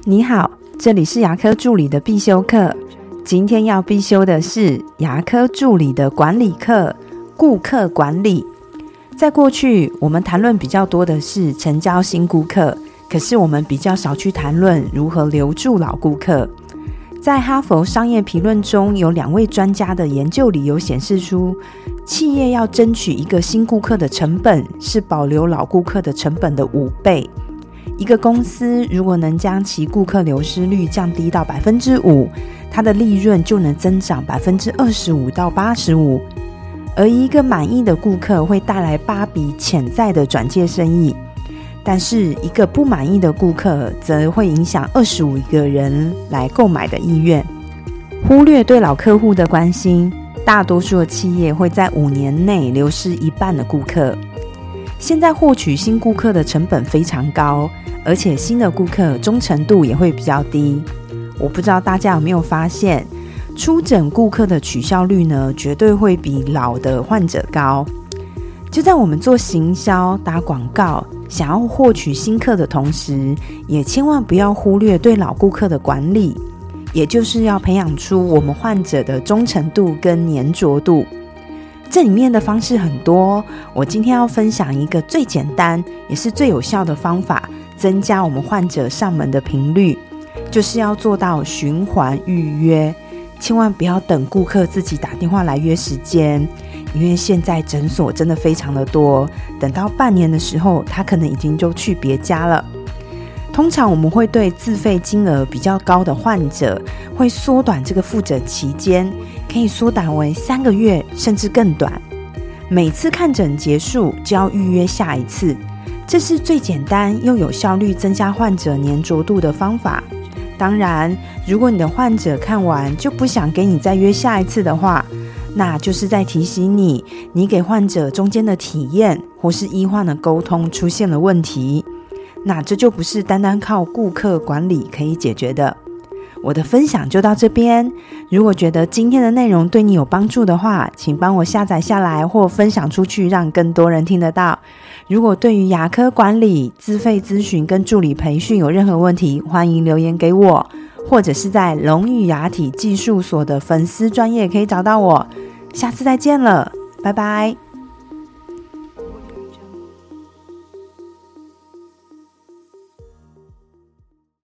你好，这里是牙科助理的必修课。今天要必修的是牙科助理的管理课——顾客管理。在过去，我们谈论比较多的是成交新顾客，可是我们比较少去谈论如何留住老顾客。在哈佛商业评论中，有2位专家的研究理由显示出，企业要争取一个新顾客的成本是保留老顾客的成本的5倍。一个公司如果能将其顾客流失率降低到 5%， 它的利润就能增长 25% 到 85%。 而一个满意的顾客会带来8笔潜在的转介生意，但是一个不满意的顾客则会影响25个人来购买的意愿。忽略对老客户的关心，大多数的企业会在5年内流失1半的顾客。现在获取新顾客的成本非常高，而且新的顾客忠诚度也会比较低。我不知道大家有没有发现，初诊顾客的取效率呢，绝对会比老的患者高。就在我们做行销、打广告，想要获取新客的同时，也千万不要忽略对老顾客的管理，也就是要培养出我们患者的忠诚度跟黏着度。这里面的方式很多，我今天要分享一个最简单也是最有效的方法，增加我们患者上门的频率，就是要做到循环预约。千万不要等顾客自己打电话来约时间，因为现在诊所真的非常的多，等到半年的时候，他可能已经就去别家了。通常我们会对自费金额比较高的患者，会缩短这个复诊期间，可以缩短为3个月甚至更短。每次看诊结束就要预约下一次，这是最简单又有效率增加患者黏着度的方法。当然，如果你的患者看完就不想给你再约下一次的话，那就是在提醒你给患者中间的体验或是医患的沟通出现了问题，那这就不是单单靠顾客管理可以解决的。我的分享就到这边，如果觉得今天的内容对你有帮助的话，请帮我下载下来或分享出去，让更多人听得到。如果对于牙科管理、自费咨询跟助理培训有任何问题，欢迎留言给我，或者是在龙语牙体技术所的粉丝专页可以找到我。下次再见了，拜拜。